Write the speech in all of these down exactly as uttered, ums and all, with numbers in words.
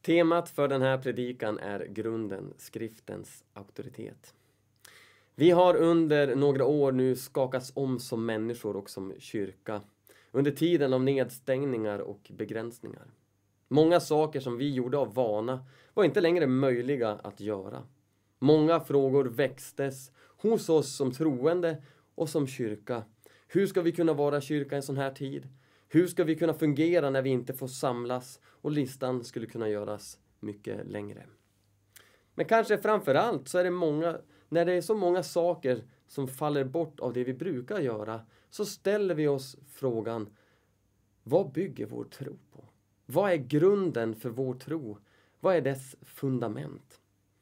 Temat för den här predikan är grunden, skriftens auktoritet. Vi har under några år nu skakats om som människor och som kyrka. Under tiden av nedstängningar och begränsningar. Många saker som vi gjorde av vana var inte längre möjliga att göra. Många frågor växtes hos oss som troende och som kyrka. Hur ska vi kunna vara kyrka i en sån här tid? Hur ska vi kunna fungera när vi inte får samlas? Och listan skulle kunna göras mycket längre. Men kanske framför allt så är det många, när det är så många saker som faller bort av det vi brukar göra, så ställer vi oss frågan: vad bygger vår tro på? Vad är grunden för vår tro? Vad är dess fundament?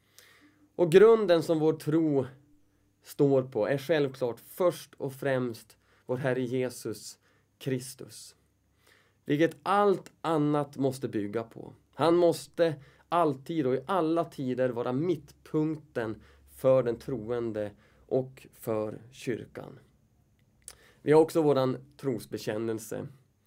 Och grunden som vår tro står på är självklart först och främst vår Herre Jesus Kristus. Vilket allt annat måste bygga på. Han måste alltid och i alla tider vara mittpunkten för den troende och för kyrkan. Vi har också våran trosbekännelse.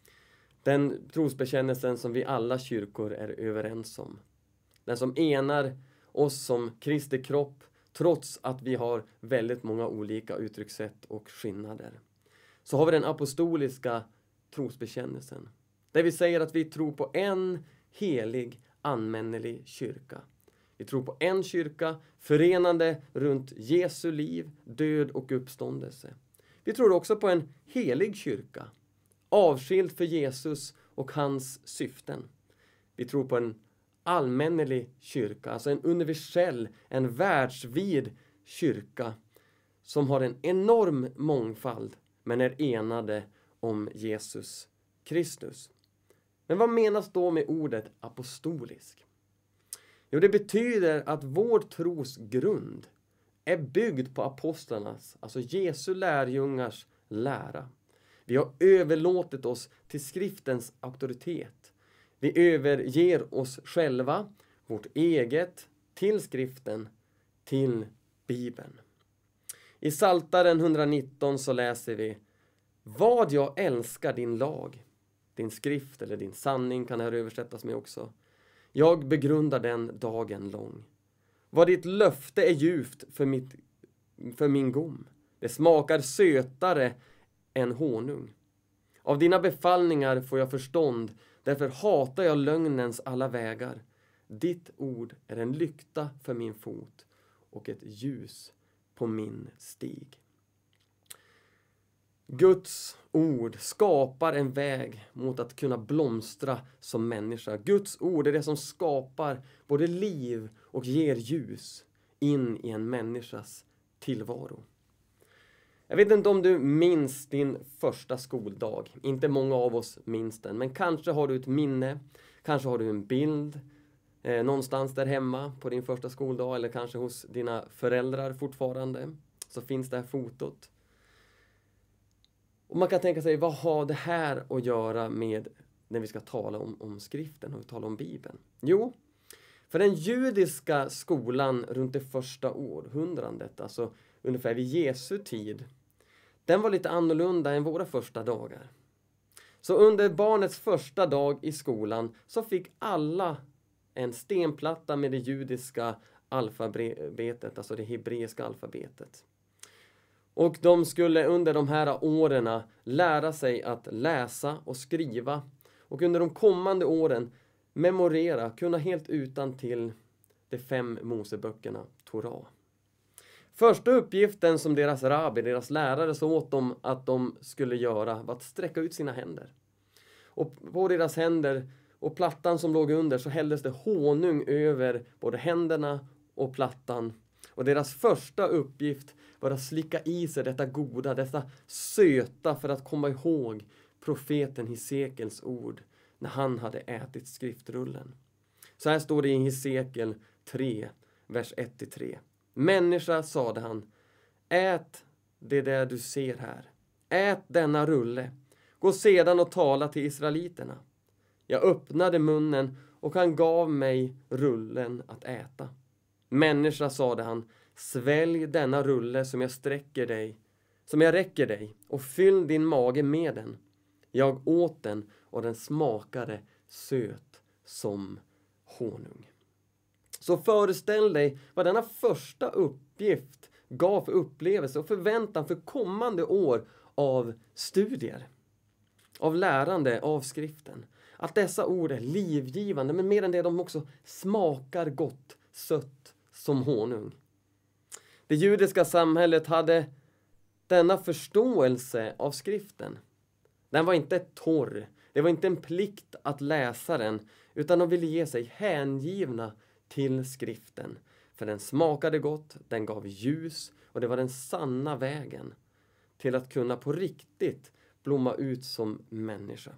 Den trosbekännelsen som vi alla kyrkor är överens om. Den som enar oss som Kristi kropp trots att vi har väldigt många olika uttryckssätt och skillnader. Så har vi den apostoliska trosbekännelsen. Där vi säger att vi tror på en helig, anmännelig kyrka. Vi tror på en kyrka förenande runt Jesu liv, död och uppståndelse. Vi tror också på en helig kyrka, avskild för Jesus och hans syften. Vi tror på en allmännelig kyrka, alltså en universell, en världsvid kyrka som har en enorm mångfald men är enade om Jesus Kristus. Men vad menas då med ordet apostolisk? Jo, det betyder att vår tros grund är byggd på apostlarnas, alltså Jesu lärjungars lära. Vi har överlåtit oss till skriftens auktoritet. Vi överger oss själva, vårt eget, till skriften, till Bibeln. I Psaltaren etthundranitton så läser vi: vad jag älskar din lag, din skrift eller din sanning kan här översättas med också. Jag begrundar den dagen lång. Vad ditt löfte är djupt för, mitt, för min gom. Det smakar sötare än honung. Av dina befallningar får jag förstånd, därför hatar jag lögnens alla vägar. Ditt ord är en lykta för min fot och ett ljus på min stig. Guds ord skapar en väg mot att kunna blomstra som människa. Guds ord är det som skapar både liv och ger ljus in i en människas tillvaro. Jag vet inte om du minns din första skoldag. Inte många av oss minns den. Men kanske har du ett minne. Kanske har du en bild eh, någonstans där hemma på din första skoldag. Eller kanske hos dina föräldrar fortfarande. Så finns det här fotot. Och man kan tänka sig, vad har det här att göra med när vi ska tala om, om skriften och tala om Bibeln? Jo, för den judiska skolan runt det första århundradet, alltså ungefär vid Jesu tid, den var lite annorlunda än våra första dagar. Så under barnets första dag i skolan så fick alla en stenplatta med det judiska alfabetet, alltså det hebreiska alfabetet. Och de skulle under de här åren lära sig att läsa och skriva. Och under de kommande åren memorera, kunna helt utan till de fem Moseböckerna, Torah. Första uppgiften som deras rabbi, deras lärare, så åt dem att de skulle göra var att sträcka ut sina händer. Och på deras händer och plattan som låg under så hälldes det honung över både händerna och plattan. Och deras första uppgift var att slicka i sig detta goda, detta söta, för att komma ihåg profeten Hesekiels ord när han hade ätit skriftrullen. Så här står det i Hesekiel tre, vers ett till tre. Människa, sade han, ät det där du ser här. Ät denna rulle. Gå sedan och tala till israeliterna. Jag öppnade munnen och han gav mig rullen att äta. Människa, sade han, svälj denna rulle som jag sträcker dig, som jag räcker dig, och fyll din mage med den. Jag åt den och den smakade söt som honung. Så föreställ dig vad denna första uppgift gav för upplevelse och förväntan för kommande år av studier, av lärande, av skriften. Att dessa ord är livgivande, men mer än det, de också smakar gott, sött som honung. Det judiska samhället hade denna förståelse av skriften. Den var inte torr, det var inte en plikt att läsa den, utan de ville ge sig hängivna till skriften. För den smakade gott, den gav ljus och det var den sanna vägen till att kunna på riktigt blomma ut som människa.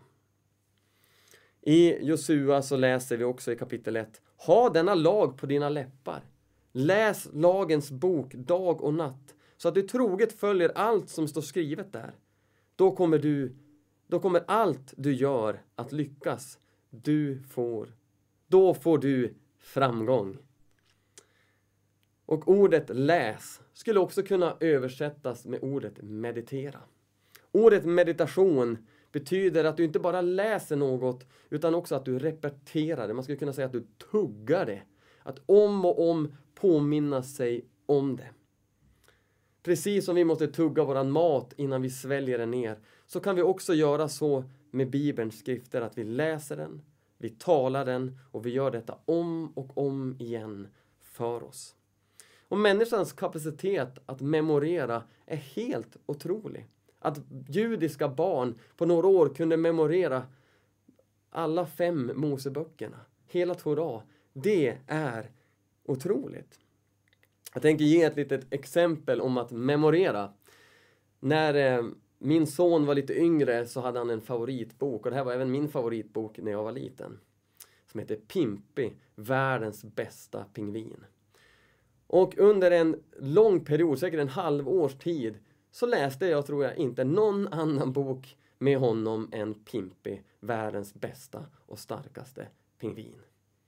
I Josua så läser vi också i kapitel ett: ha denna lag på dina läppar. Läs lagens bok dag och natt, så att du troget följer allt som står skrivet där. Då kommer du, då kommer allt du gör att lyckas. Du får, då får du framgång. Och ordet läs skulle också kunna översättas med ordet meditera. Ordet meditation betyder att du inte bara läser något, utan också att du repeterar det. Man skulle kunna säga att du tuggar det. Att om och om påminna sig om det. Precis som vi måste tugga våran mat innan vi sväljer den ner, så kan vi också göra så med Bibelns skrifter, att vi läser den, vi talar den och vi gör detta om och om igen för oss. Och människans kapacitet att memorera är helt otrolig. Att judiska barn på några år kunde memorera alla fem Moseböckerna, hela Torah, det är otroligt. Jag tänker ge ett litet exempel om att memorera. När eh, min son var lite yngre så hade han en favoritbok, och det här var även min favoritbok när jag var liten, som heter Pimpi, världens bästa pingvin. Och under en lång period, säkert en halv års tid, så läste jag, tror jag, inte någon annan bok med honom än Pimpi, världens bästa och starkaste pingvin.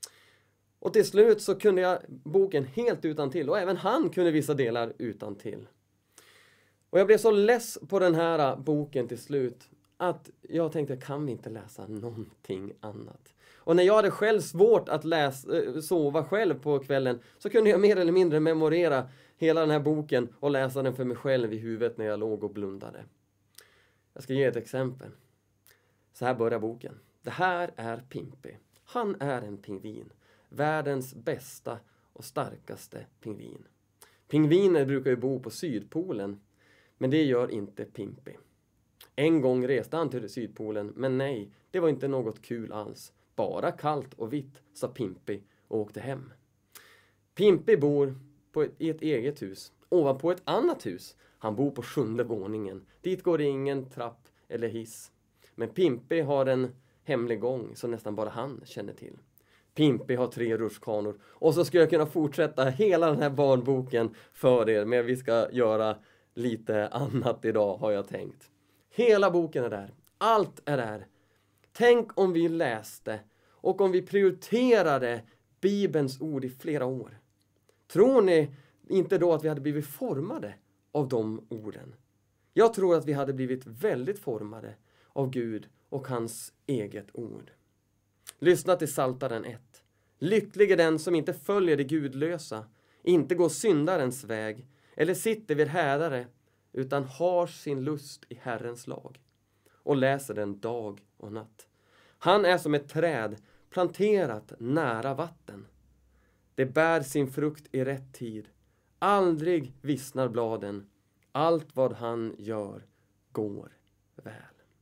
Och till slut så kunde jag boken helt utan till, och även han kunde vissa delar utan till. Och jag blev så less på den här boken till slut att jag tänkte, kan vi inte läsa någonting annat? Och när jag hade själv svårt att läsa, sova själv på kvällen, så kunde jag mer eller mindre memorera hela den här boken och läsa den för mig själv i huvudet när jag låg och blundade. Jag ska ge ett exempel. Så här börjar boken. Det här är Pimpi. Han är en pingvin. Världens bästa och starkaste pingvin. Pingviner brukar ju bo på Sydpolen, men det gör inte Pimpi. En gång reste han till Sydpolen, men nej, det var inte något kul alls. Bara kallt och vitt, sa Pimpi och åkte hem. Pimpi bor på ett, i ett eget hus, ovanpå ett annat hus. Han bor på sjunde våningen. Dit går det ingen trapp eller hiss. Men Pimpi har en hemlig gång som nästan bara han känner till. Pimpi har tre rutschkanor. Och så ska jag kunna fortsätta hela den här barnboken för er. Men vi ska göra lite annat idag, har jag tänkt. Hela boken är där. Allt är där. Tänk om vi läste och om vi prioriterade Bibelns ord i flera år. Tror ni inte då att vi hade blivit formade av de orden? Jag tror att vi hade blivit väldigt formade av Gud och hans eget ord. Lyssna till Psaltaren ett. Lycklig är den som inte följer det gudlösa, inte går syndarens väg eller sitter vid härdare, utan har sin lust i Herrens lag och läser den dag och natt. Han är som ett träd planterat nära vatten. Det bär sin frukt i rätt tid. Aldrig vissnar bladen. Allt vad han gör går väl.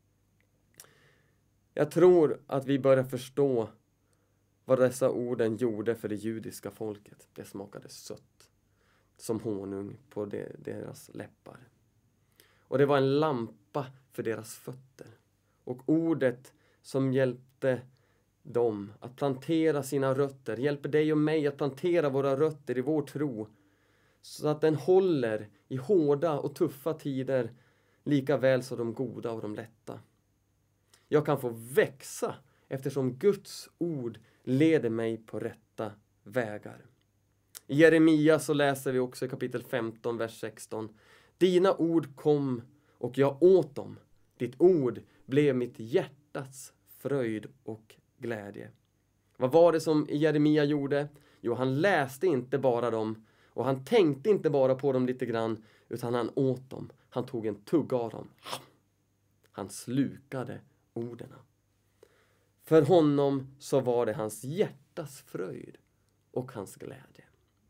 Jag tror att vi börjar förstå vad dessa orden gjorde för det judiska folket. Det smakade sött som honung på deras läppar. Och det var en lampa för deras fötter. Och ordet som hjälpte dem att plantera sina rötter, hjälper dig och mig att plantera våra rötter i vår tro, så att den håller i hårda och tuffa tider lika väl som de goda och de lätta. Jag kan få växa eftersom Guds ord leder mig på rätta vägar. I Jeremia så läser vi också i kapitel femton, vers sexton. Dina ord kom och jag åt dem. Ditt ord blev mitt hjärtats fröjd och glädje. Vad var det som Jeremia gjorde? Jo, han läste inte bara dem och han tänkte inte bara på dem lite grann, utan han åt dem. Han tog en tugga av dem. Han slukade orden. För honom så var det hans hjärtas fröjd och hans glädje.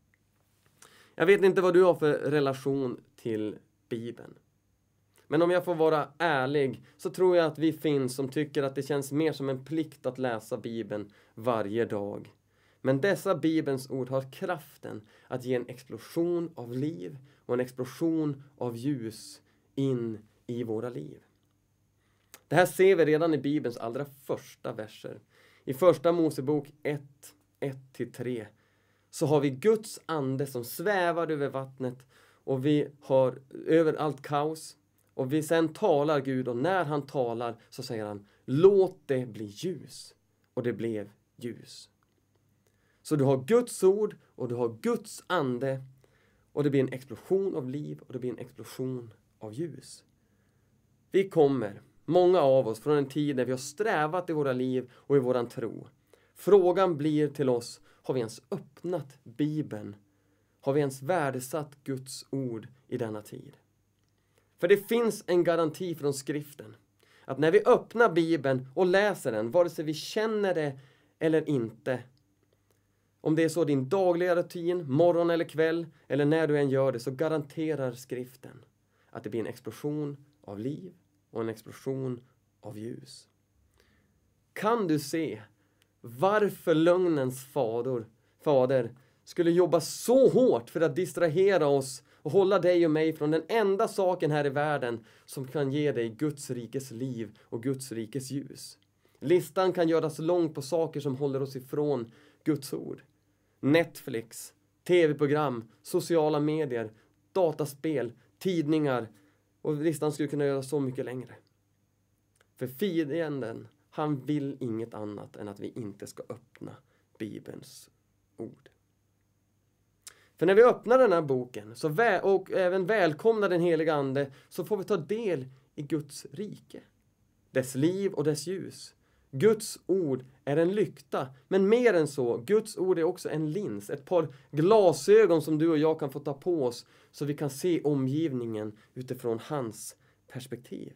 Jag vet inte vad du har för relation till Bibeln. Men om jag får vara ärlig så tror jag att vi finns som tycker att det känns mer som en plikt att läsa Bibeln varje dag. Men dessa Bibelns ord har kraften att ge en explosion av liv och en explosion av ljus in i våra liv. Det här ser vi redan i Bibelns allra första verser. I första Mosebok ett, ett till tre så har vi Guds ande som svävar över vattnet och vi har över allt kaos. Och vi sen talar Gud och när han talar så säger han: låt det bli ljus. Och det blev ljus. Så du har Guds ord och du har Guds ande och det blir en explosion av liv och det blir en explosion av ljus. Vi kommer, många av oss, från en tid där vi har strävat i våra liv och i våran tro. Frågan blir till oss: har vi ens öppnat Bibeln? Har vi ens värdesatt Guds ord i denna tid? För det finns en garanti från skriften. Att när vi öppnar Bibeln och läser den, vare sig vi känner det eller inte. Om det är så din dagliga rutin, morgon eller kväll, eller när du än gör det, så garanterar skriften att det blir en explosion av liv och en explosion av ljus. Kan du se varför lögnens fader, fader skulle jobba så hårt för att distrahera oss och hålla dig och mig från den enda saken här i världen som kan ge dig Guds rikes liv och Guds rikes ljus? Listan kan göras lång på saker som håller oss ifrån Guds ord. Netflix, tv-program, sociala medier, dataspel, tidningar, och listan skulle kunna göras så mycket längre. För fienden, han vill inget annat än att vi inte ska öppna Bibelns ord. För när vi öppnar den här boken så vä- och även välkomnar den heliga ande, så får vi ta del i Guds rike. Dess liv och dess ljus. Guds ord är en lykta, men mer än så, Guds ord är också en lins, ett par glasögon som du och jag kan få ta på oss så vi kan se omgivningen utifrån hans perspektiv.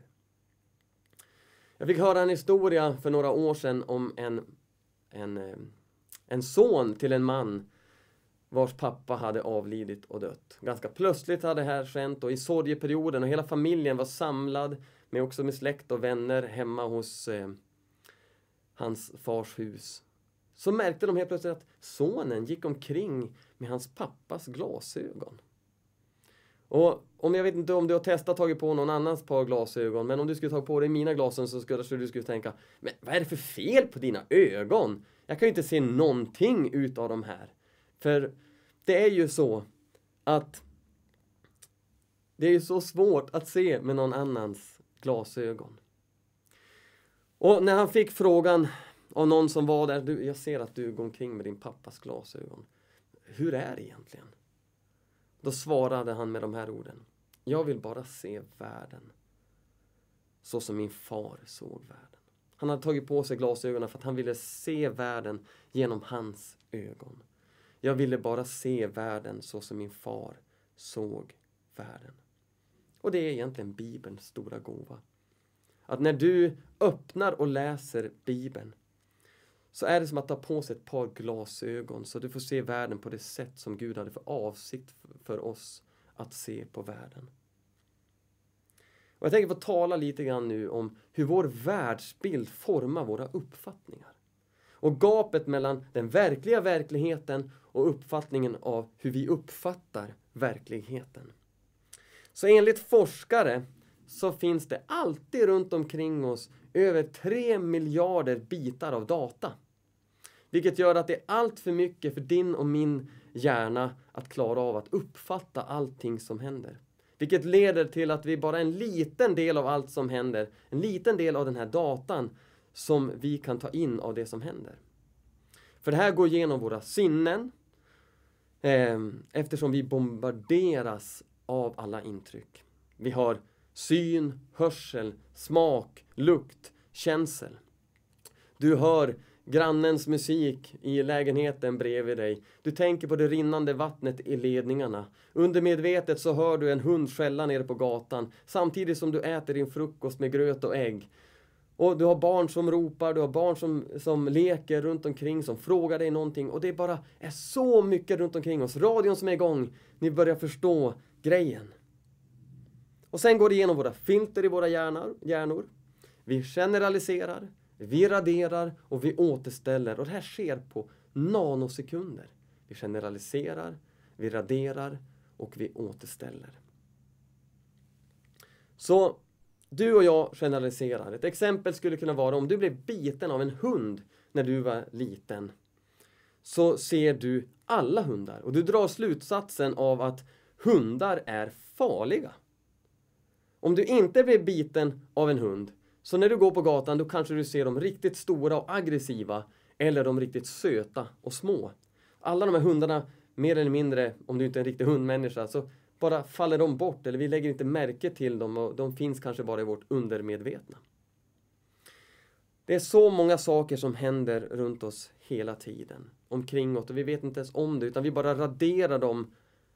Jag fick höra en historia för några år sedan om en, en, en son till en man vars pappa hade avlidit och dött. Ganska plötsligt hade det här skett och i sorgeperioden och hela familjen var samlad med också med släkt och vänner hemma hos eh, hans fars hus. Så märkte de helt plötsligt att sonen gick omkring med hans pappas glasögon. Och om jag vet inte om du har testat tagit på någon annans par glasögon, men om du skulle ta på dig mina glasögon så skulle du skulle tänka: men vad är det för fel på dina ögon? Jag kan ju inte se någonting ut av de här. För det är ju så att det är ju så svårt att se med någon annans glasögon. Och när han fick frågan av någon som var där: du, jag ser att du går omkring med din pappas glasögon. Hur är det egentligen? Då svarade han med de här orden: jag vill bara se världen så som min far såg världen. Han hade tagit på sig glasögonen för att han ville se världen genom hans ögon. Jag ville bara se världen så som min far såg världen. Och det är egentligen Bibelns stora gåva. Att när du öppnar och läser Bibeln så är det som att ta på sig ett par glasögon så du får se världen på det sätt som Gud hade för avsikt för oss att se på världen. Och jag tänker få tala lite grann nu om hur vår världsbild formar våra uppfattningar. Och gapet mellan den verkliga verkligheten och uppfattningen av hur vi uppfattar verkligheten. Så enligt forskare så finns det alltid runt omkring oss över tre miljarder bitar av data. Vilket gör att det är allt för mycket för din och min hjärna att klara av att uppfatta allting som händer. Vilket leder till att vi bara är en liten del av allt som händer, en liten del av den här datan som vi kan ta in av det som händer. För det här går igenom våra sinnen eh, eftersom vi bombarderas av alla intryck. Vi har syn, hörsel, smak, lukt, känsel. Du hör grannens musik i lägenheten bredvid dig. Du tänker på det rinnande vattnet i ledningarna. Undermedvetet så hör du en hund skälla nere på gatan samtidigt som du äter din frukost med gröt och ägg. Och du har barn som ropar, du har barn som, som leker runt omkring, som frågar dig någonting. Och det bara är så mycket runt omkring oss. Radion som är igång, ni börjar förstå grejen. Och sen går det igenom våra filter i våra hjärnor. hjärnor. Vi generaliserar, vi raderar och vi återställer. Och det här sker på nanosekunder. Vi generaliserar, vi raderar och vi återställer. Så du och jag generaliserar. Ett exempel skulle kunna vara om du blev biten av en hund när du var liten. Så ser du alla hundar och du drar slutsatsen av att hundar är farliga. Om du inte blev biten av en hund, så när du går på gatan då kanske du ser de riktigt stora och aggressiva eller de riktigt söta och små. Alla de här hundarna, mer eller mindre, om du inte är en riktig hundmänniska, så bara faller de bort eller vi lägger inte märke till dem och de finns kanske bara i vårt undermedvetna. Det är så många saker som händer runt oss hela tiden, omkring oss, och vi vet inte ens om det utan vi bara raderar dem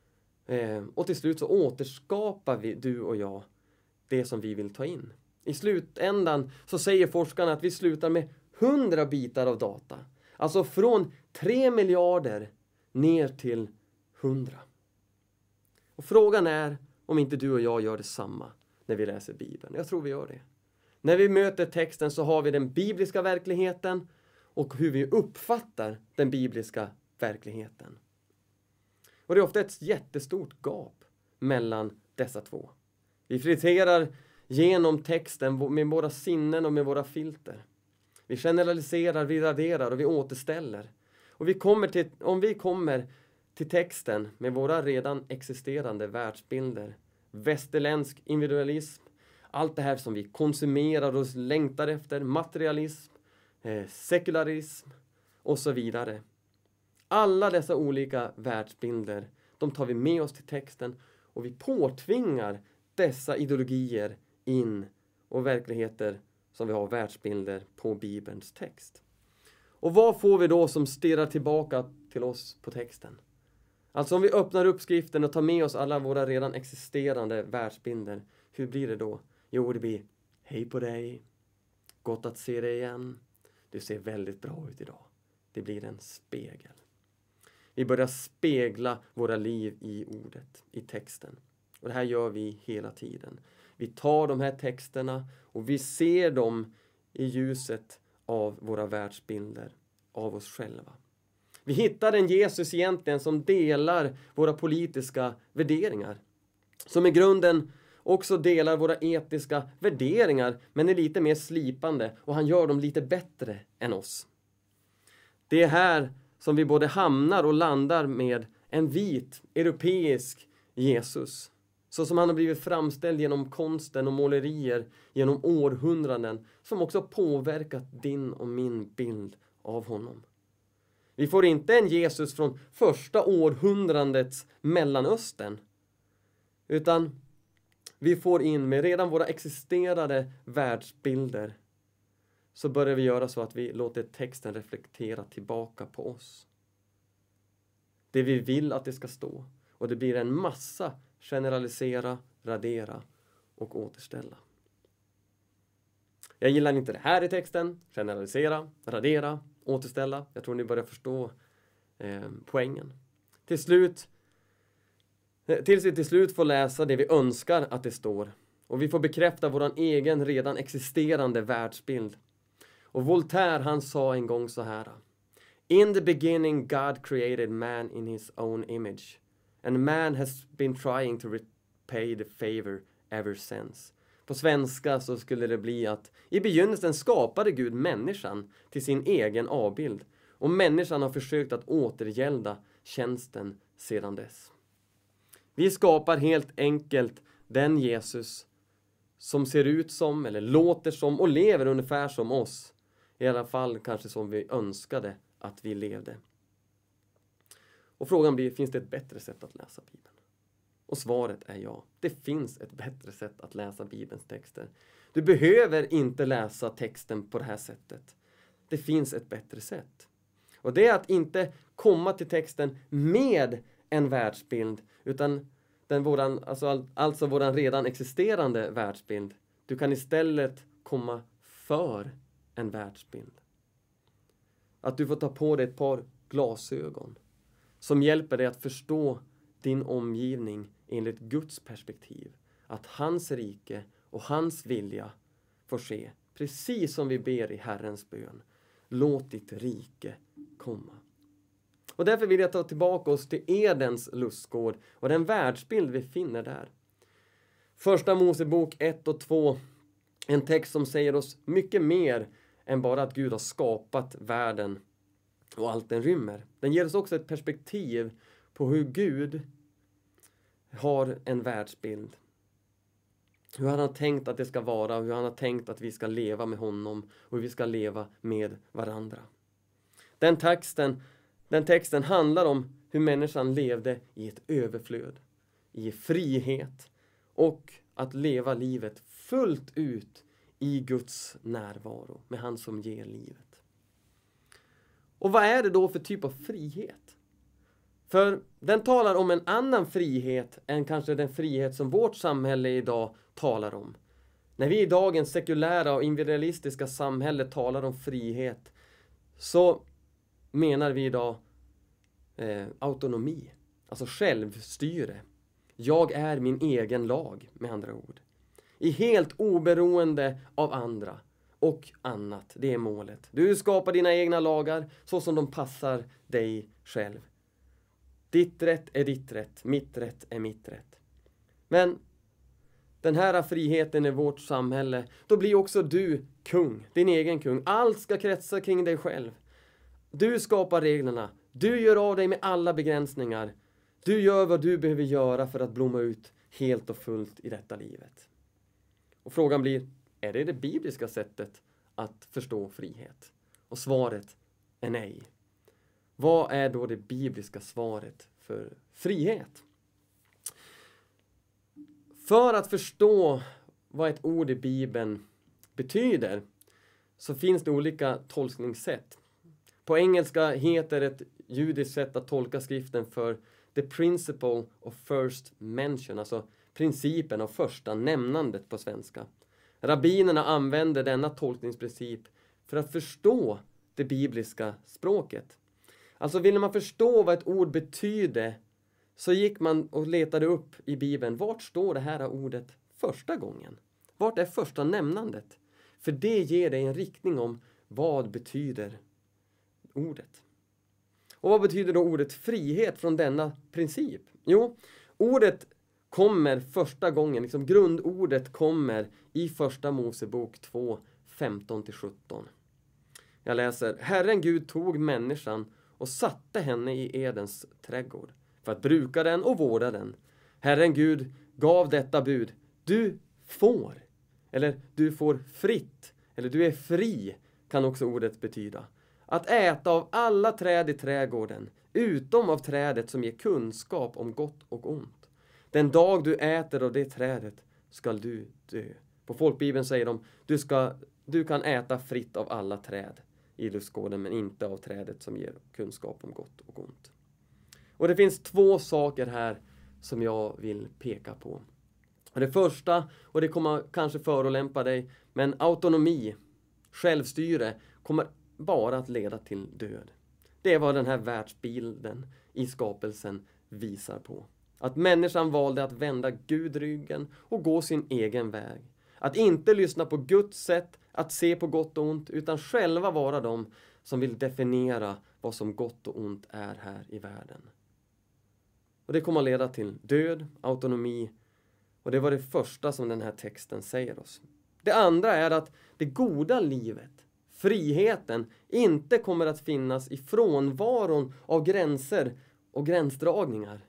eh, och till slut så återskapar vi, du och jag, det som vi vill ta in. I slutändan så säger forskarna att vi slutar med hundra bitar av data. Alltså från tre miljarder ner till hundra. Och frågan är om inte du och jag gör detsamma när vi läser Bibeln. Jag tror vi gör det. När vi möter texten så har vi den bibliska verkligheten och hur vi uppfattar den bibliska verkligheten. Och det är ofta ett jättestort gap mellan dessa två. Vi filtrerar genom texten med våra sinnen och med våra filter. Vi generaliserar, vi raderar och vi återställer. Och vi kommer till, om vi kommer till texten med våra redan existerande världsbilder, västerländsk individualism, allt det här som vi konsumerar och längtar efter, materialism, eh, sekularism och så vidare. Alla dessa olika världsbilder, de tar vi med oss till texten och vi påtvingar dessa ideologier in och verkligheter som vi har världsbilder på Bibelns text. Och vad får vi då som stirrar tillbaka till oss på texten? Alltså om vi öppnar upp skriften och tar med oss alla våra redan existerande världsbilder, hur blir det då? Jo, det blir hej på dig, gott att se dig igen, du ser väldigt bra ut idag. Det blir en spegel. Vi börjar spegla våra liv i ordet, i texten. Och det här gör vi hela tiden. Vi tar de här texterna och vi ser dem i ljuset av våra världsbilder, av oss själva. Vi hittar en Jesus egentligen som delar våra politiska värderingar. Som i grunden också delar våra etiska värderingar men är lite mer slipande och han gör dem lite bättre än oss. Det är här som vi både hamnar och landar med en vit, europeisk Jesus. Så som han har blivit framställd genom konsten och målerier genom århundraden som också påverkat din och min bild av honom. Vi får inte en Jesus från första århundradets Mellanöstern. Utan vi får in med redan våra existerade världsbilder. Så börjar vi göra så att vi låter texten reflektera tillbaka på oss. Det vi vill att det ska stå. Och det blir en massa generalisera, radera och återställa. Jag gillar inte det här i texten. Generalisera, radera, återställa. Jag tror ni börjar förstå eh, poängen. Till slut, tills vi till slut får läsa det vi önskar att det står. Och vi får bekräfta vår egen redan existerande världsbild. Och Voltaire han sa en gång så här. In the beginning God created man in his own image. And man has been trying to repay the favor ever since. På svenska så skulle det bli att i begynnelsen skapade Gud människan till sin egen avbild. Och människan har försökt att återgälda tjänsten sedan dess. Vi skapar helt enkelt den Jesus som ser ut som eller låter som och lever ungefär som oss. I alla fall kanske som vi önskade att vi levde. Och frågan blir, finns det ett bättre sätt att läsa Bibeln? Och svaret är ja. Det finns ett bättre sätt att läsa Bibelns texter. Du behöver inte läsa texten på det här sättet. det finns ett bättre sätt. Och det är att inte komma till texten med en världsbild, utan den våran, alltså, alltså våran redan existerande världsbild. Du kan istället komma för en världsbild. Att du får ta på dig ett par glasögon som hjälper dig att förstå din omgivning enligt Guds perspektiv. Att hans rike och hans vilja får ske, precis som vi ber i Herrens bön. Låt ditt rike komma. Och därför vill jag ta tillbaka oss till Edens lustgård och den världsbild vi finner där. Första Mosebok ett och två, en text som säger oss mycket mer än bara att Gud har skapat världen och allt den rymmer. Den ger oss också ett perspektiv på hur Gud har en världsbild. Hur han har tänkt att det ska vara, hur han har tänkt att vi ska leva med honom och hur vi ska leva med varandra. Den texten, den texten handlar om hur människan levde i ett överflöd, i frihet och att leva livet fullt ut i Guds närvaro med han som ger livet. Och vad är det då för typ av frihet? För den talar om en annan frihet än kanske den frihet som vårt samhälle idag talar om. När vi i dagens sekulära och individualistiska samhälle talar om frihet, så menar vi idag eh, autonomi, alltså självstyre. Jag är min egen lag, med andra ord. I helt oberoende av andra och annat, det är målet. Du skapar dina egna lagar så som de passar dig själv. Ditt rätt är ditt rätt, mitt rätt är mitt rätt. Men den här friheten i vårt samhälle, då blir också du kung, din egen kung. Allt ska kretsa kring dig själv. Du skapar reglerna, du gör av dig med alla begränsningar. Du gör vad du behöver göra för att blomma ut helt och fullt i detta livet. Och frågan blir, är det det bibliska sättet att förstå frihet? Och svaret är nej. Vad är då det bibliska svaret för frihet? För att förstå vad ett ord i Bibeln betyder så finns det olika tolkningssätt. På engelska heter ett judiskt sätt att tolka skriften för the principle of first mention, alltså principen av första nämnandet på svenska. Rabbinerna använder denna tolkningsprincip för att förstå det bibliska språket. Alltså ville man förstå vad ett ord betyder, så gick man och letade upp i Bibeln. Vart står det här ordet första gången? Vart är första nämnandet? För det ger dig en riktning om vad betyder ordet. Och vad betyder då ordet frihet från denna princip? Jo, ordet kommer första gången, liksom grundordet kommer i första Mosebok två, femton till sjutton. Jag läser, Herren Gud tog människan och satte henne i Edens trädgård för att bruka den och vårda den. Herren Gud gav detta bud, du får, eller du får fritt, eller du är fri, kan också ordet betyda. Att äta av alla träd i trädgården, utom av trädet som ger kunskap om gott och ont. Den dag du äter av det trädet skall du dö. På folkbibeln säger de, du, ska, du kan äta fritt av alla träd i lustgården, men inte av trädet som ger kunskap om gott och ont. Och det finns två saker här som jag vill peka på. Och det första, och det kommer kanske förolämpa dig, men autonomi, självstyre, kommer bara att leda till död. Det är vad den här världsbilden i skapelsen visar på. Att människan valde att vända Gud ryggen och gå sin egen väg. Att inte lyssna på Guds sätt att se på gott och ont, utan själva vara de som vill definiera vad som gott och ont är här i världen. Och det kommer att leda till död, autonomi, och det var det första som den här texten säger oss. Det andra är att det goda livet, friheten, inte kommer att finnas i frånvaron av gränser och gränsdragningar,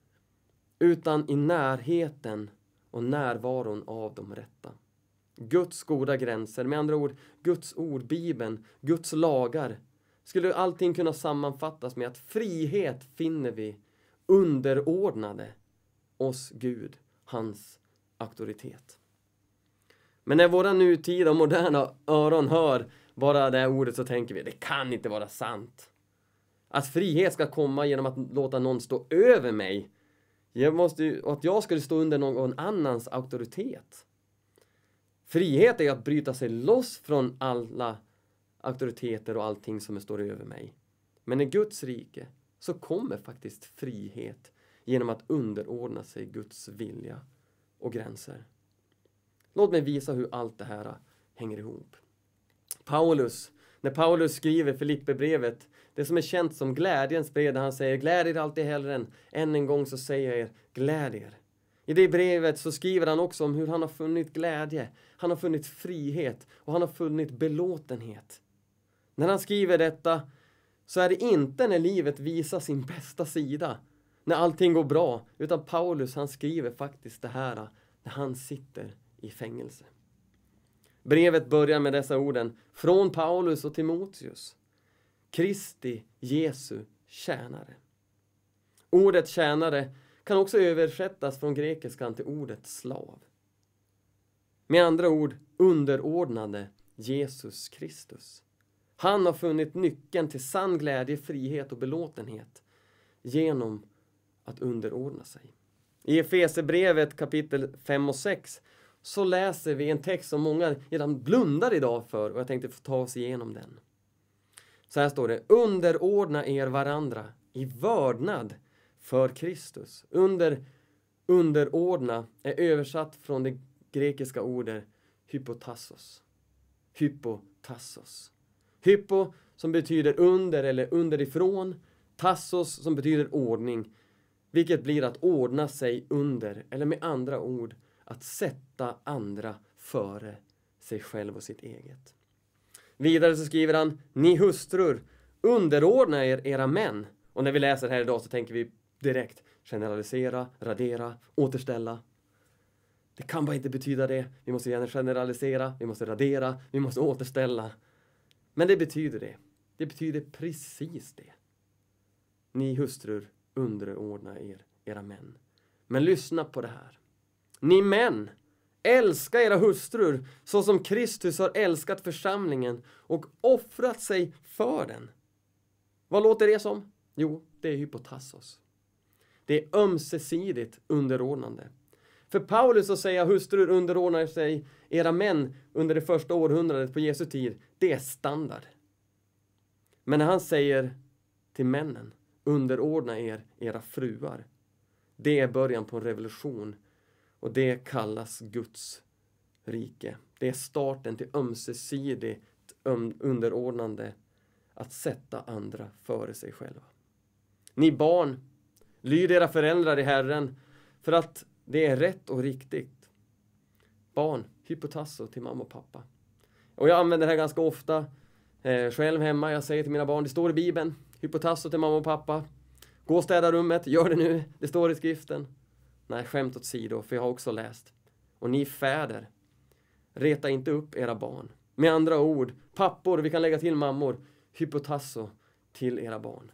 utan i närheten och närvaron av de rätta. Guds goda gränser, med andra ord Guds ord, Bibeln, Guds lagar, skulle allting kunna sammanfattas med att frihet finner vi underordnade oss Gud, hans auktoritet. Men när våra nutida och moderna öron hör bara det här ordet så tänker vi, det kan inte vara sant. Att frihet ska komma genom att låta någon stå över mig. Jag måste ju, att jag skulle stå under någon annans auktoritet. Frihet är att bryta sig loss från alla auktoriteter och allting som står över mig. Men i Guds rike så kommer faktiskt frihet genom att underordna sig Guds vilja och gränser. Låt mig visa hur allt det här hänger ihop. Paulus, när Paulus skriver Filipperbrevet, det som är känt som glädjens brev, där han säger gläd er alltid hellre än, än en gång så säger jag er, gläd er. I det brevet så skriver han också om hur han har funnit glädje, han har funnit frihet och han har funnit belåtenhet. När han skriver detta så är det inte när livet visar sin bästa sida, när allting går bra, utan Paulus han skriver faktiskt det här när han sitter i fängelse. Brevet börjar med dessa orden, från Paulus och Timoteus, Kristi Jesu tjänare. Ordet tjänare kan också översättas från grekiskan till ordet slav. Med andra ord, underordnade Jesus Kristus. Han har funnit nyckeln till sann glädje, frihet och belåtenhet genom att underordna sig. I Efesierbrevet kapitel fem och sex så läser vi en text som många redan blundar idag för, och jag tänkte få ta oss igenom den. Så här står det, underordna er varandra i vördnad för Kristus. Under, underordna är översatt från det grekiska ordet hypotassos. Hypotassos. Hypo som betyder under eller underifrån. Tassos som betyder ordning. Vilket blir att ordna sig under, eller med andra ord, att sätta andra före sig själv och sitt eget. Vidare så skriver han, ni hustrur, underordna er era män. Och när vi läser här idag så tänker vi direkt, generalisera, radera, återställa. Det kan bara inte betyda det. Vi måste gärna generalisera, vi måste radera, vi måste återställa. Men det betyder det. Det betyder precis det. Ni hustrur, underordna er era män. Men lyssna på det här. Ni män, älska era hustrur så som Kristus har älskat församlingen och offrat sig för den. Vad låter det som? Jo, det är hypotassos. Det är ömsesidigt underordnande. För Paulus att säga hustrur underordnar sig era män under det första århundradet på Jesu tid, det är standard. Men när han säger till männen, underordna er era fruar, det är början på en revolution. Och det kallas Guds rike. Det är starten till ömsesidigt underordnande, att sätta andra före sig själva. Ni barn, lyd era föräldrar i Herren, för att det är rätt och riktigt. Barn, hypotasso till mamma och pappa. Och jag använder det här ganska ofta eh, själv hemma. Jag säger till mina barn, det står i Bibeln, hypotasso till mamma och pappa. Gå och städa rummet, gör det nu, det står i skriften. Nej, skämt åt sido, för jag har också läst. Och ni fäder, reta inte upp era barn. Med andra ord, pappor, vi kan lägga till mammor, hypotasso till era barn.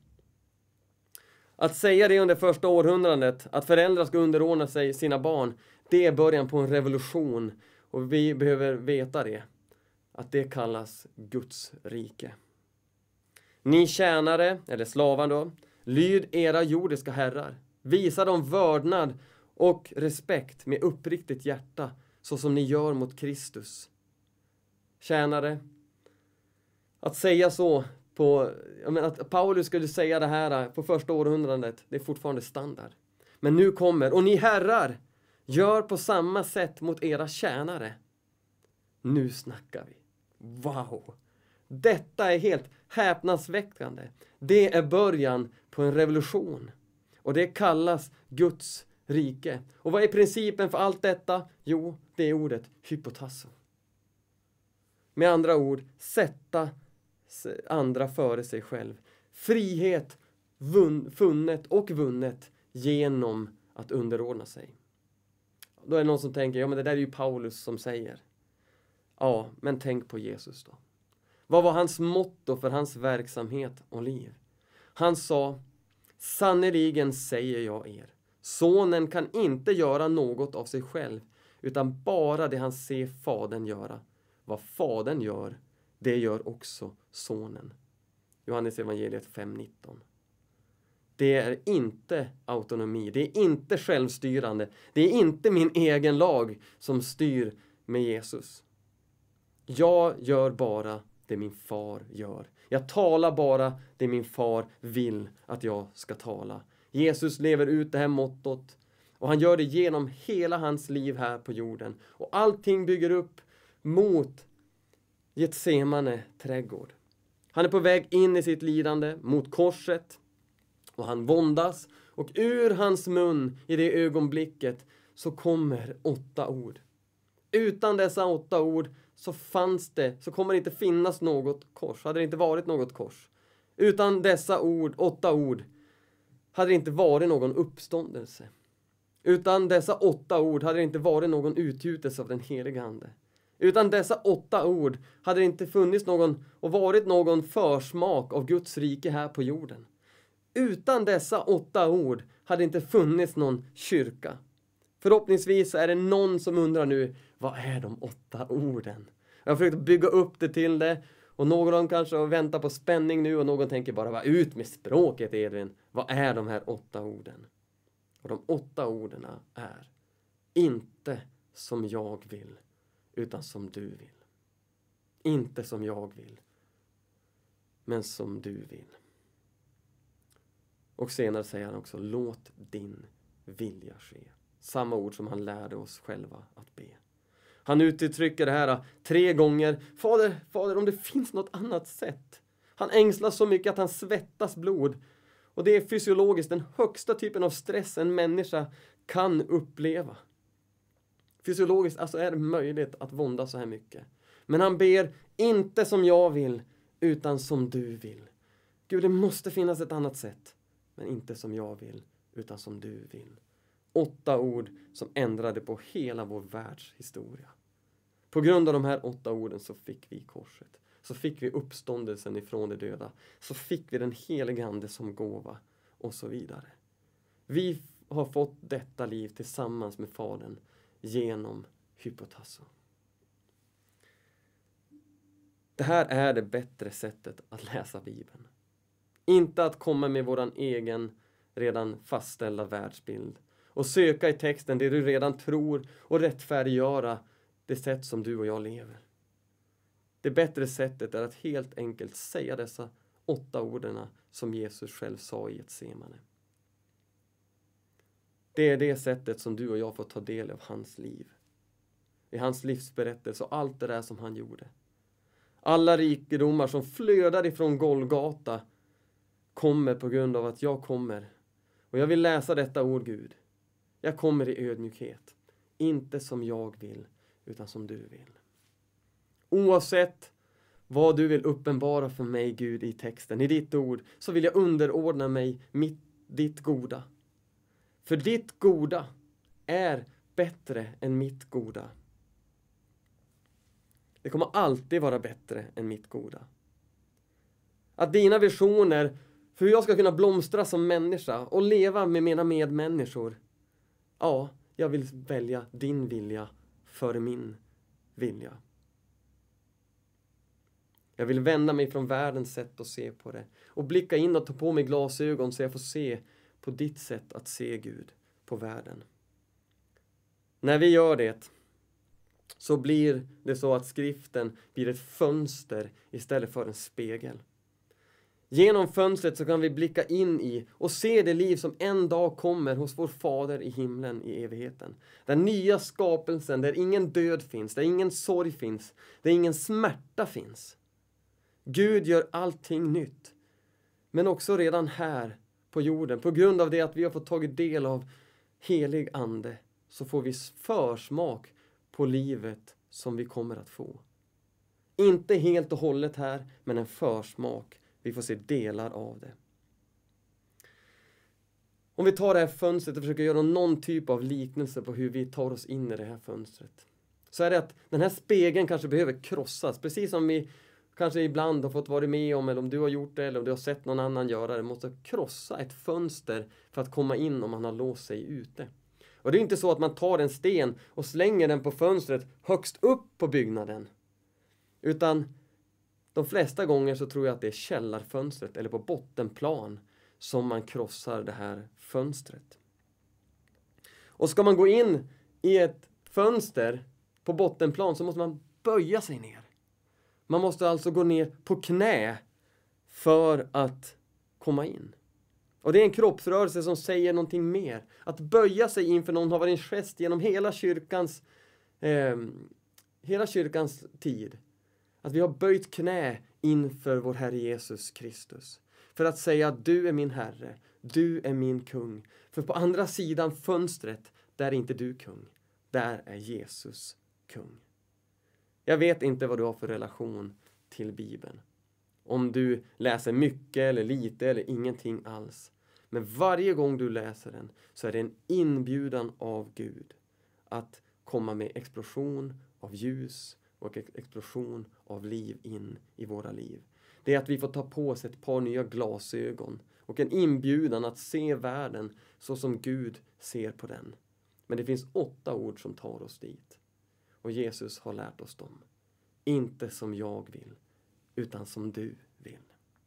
Att säga det under första århundradet, att föräldrar ska underordna sig sina barn, det är början på en revolution. Och vi behöver veta det, att det kallas Guds rike. Ni tjänare, eller slavar då, lyd era jordiska herrar. Visa dem vördnad och respekt med uppriktigt hjärta, så som ni gör mot Kristus. Tjänare, att säga så på, jag menar, att Paulus skulle säga det här på första århundradet, det är fortfarande standard. Men nu kommer, och ni herrar, gör på samma sätt mot era tjänare. Nu snackar vi. Wow! Detta är helt häpnadsväckande. Det är början på en revolution. Och det kallas Guds rike. Och vad är principen för allt detta? Jo, det är ordet hypotasso. Med andra ord, sätta andra före sig själv. Frihet vunn, funnet och vunnet genom att underordna sig. Då är det någon som tänker, ja men det där är ju Paulus som säger. Ja, men tänk på Jesus då. Vad var hans motto för hans verksamhet och liv? Han sa, sannoliken säger jag er, sonen kan inte göra något av sig själv, utan bara det han ser fadern göra. Vad fadern gör, det gör också sonen. Johannes evangeliet fem nitton. Det är inte autonomi, det är inte självstyrande, det är inte min egen lag som styr med Jesus. Jag gör bara det min far gör. Jag talar bara det min far vill att jag ska tala. Jesus lever ut det här mottot och han gör det genom hela hans liv här på jorden. Och allting bygger upp mot Getsemane trädgård. Han är på väg in i sitt lidande mot korset och han våndas. Och ur hans mun i det ögonblicket så kommer åtta ord. Utan dessa åtta ord så fanns det, så kommer det inte finnas något kors. Hade det inte varit något kors. Utan dessa ord, åtta ord, hade det inte varit någon uppståndelse. Utan dessa åtta ord hade det inte varit någon utgjutelse av den heliga ande. Utan dessa åtta ord hade det inte funnits någon och varit någon försmak av Guds rike här på jorden. Utan dessa åtta ord hade det inte funnits någon kyrka. Förhoppningsvis är det någon som undrar nu, vad är de åtta orden? Jag har försökt bygga upp det till det. Och någon kanske väntar på spänning nu och någon tänker bara, vad ut med språket Edvin. Vad är de här åtta orden? Och de åtta orden är, inte som jag vill, utan som du vill. Inte som jag vill, men som du vill. Och senare säger han också, låt din vilja ske. Samma ord som han lärde oss själva att be. Han uttrycker det här tre gånger. Fader, fader, om det finns något annat sätt. Han ängslas så mycket att han svettas blod. Och det är fysiologiskt den högsta typen av stress en människa kan uppleva. Fysiologiskt alltså är det möjligt att vånda så här mycket. Men han ber, inte som jag vill, utan som du vill. Gud, det måste finnas ett annat sätt. Men inte som jag vill, utan som du vill. Åtta ord som ändrade på hela vår världshistoria. På grund av de här åtta orden så fick vi korset. Så fick vi uppståndelsen ifrån de döda. Så fick vi den helige ande som gåva. Och så vidare. Vi har fått detta liv tillsammans med Fadern genom hypotasso. Det här är det bättre sättet att läsa Bibeln. Inte att komma med våran egen redan fastställda världsbild. Och söka i texten det du redan tror och rättfärdiggöra det sätt som du och jag lever. Det bättre sättet är att helt enkelt säga dessa åtta orden som Jesus själv sa i Getsemane. Det är det sättet som du och jag får ta del av hans liv. I hans livsberättelse och allt det där som han gjorde. Alla rikedomar som flödar ifrån Golgata kommer på grund av att jag kommer. Och jag vill läsa detta ord, Gud. Jag kommer i ödmjukhet. Inte som jag vill, utan som du vill. Oavsett vad du vill uppenbara för mig, Gud, i texten, i ditt ord, så vill jag underordna mig mitt, ditt goda. För ditt goda är bättre än mitt goda. Det kommer alltid vara bättre än mitt goda. Att dina visioner för hur jag ska kunna blomstra som människa och leva med mina medmänniskor. Ja, jag vill välja din vilja för min vilja. Jag vill vända mig från världens sätt att se på det. Och blicka in och ta på mig glasögon så jag får se på ditt sätt att se Gud på världen. När vi gör det så blir det så att skriften blir ett fönster istället för en spegel. Genom fönstret så kan vi blicka in i och se det liv som en dag kommer hos vår fader i himlen i evigheten. Den nya skapelsen där ingen död finns, där ingen sorg finns, där ingen smärta finns. Gud gör allting nytt. Men också redan här på jorden, på grund av det att vi har fått tagit del av helig ande, så får vi försmak på livet som vi kommer att få. Inte helt och hållet här, men en försmak. Vi får se delar av det. Om vi tar det här fönstret och försöker göra någon typ av liknelse på hur vi tar oss in i det här fönstret. Så är det att den här spegeln kanske behöver krossas. Precis som vi kanske ibland har fått vara med om, eller om du har gjort det, eller om du har sett någon annan göra det. Måste krossa ett fönster för att komma in om man har låst sig ute. Och det är inte så att man tar en sten och slänger den på fönstret högst upp på byggnaden. Utan De flesta gånger så tror jag att det är källarfönstret eller på bottenplan som man krossar det här fönstret. Och ska man gå in i ett fönster på bottenplan så måste man böja sig ner. Man måste alltså gå ner på knä för att komma in. Och det är en kroppsrörelse som säger någonting mer. Att böja sig inför någon har varit en gest genom hela kyrkans, eh, hela kyrkans tid. Att vi har böjt knä inför vår Herre Jesus Kristus. För att säga att du är min Herre, du är min kung. För på andra sidan fönstret, där är inte du kung. Där är Jesus kung. Jag vet inte vad du har för relation till Bibeln. Om du läser mycket eller lite eller ingenting alls. Men varje gång du läser den så är det en inbjudan av Gud att komma med explosion av ljus och explosion av liv in i våra liv. Det är att vi får ta på oss ett par nya glasögon och en inbjudan att se världen så som Gud ser på den. Men det finns åtta ord som tar oss dit. Och Jesus har lärt oss dem. Inte som jag vill, utan som du vill.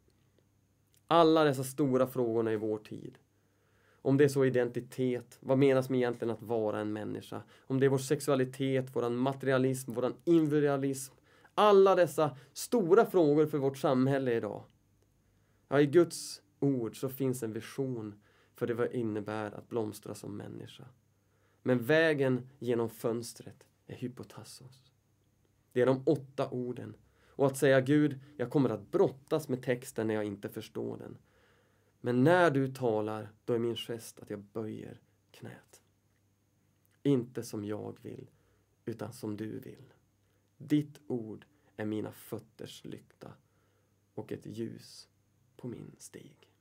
Alla dessa stora frågorna i vår tid. Om det är så identitet, vad menas med egentligen att vara en människa? Om det är vår sexualitet, våran materialism, våran individualism. Alla dessa stora frågor för vårt samhälle idag. Ja, i Guds ord så finns en vision för det vad innebär att blomstra som människa. Men vägen genom fönstret är hypotassos. Det är de åtta orden. Och att säga Gud, jag kommer att brottas med texten när jag inte förstår den. Men när du talar, då är min gest att jag böjer knät. Inte som jag vill, utan som du vill. Ditt ord är mina fötters lykta och ett ljus på min stig.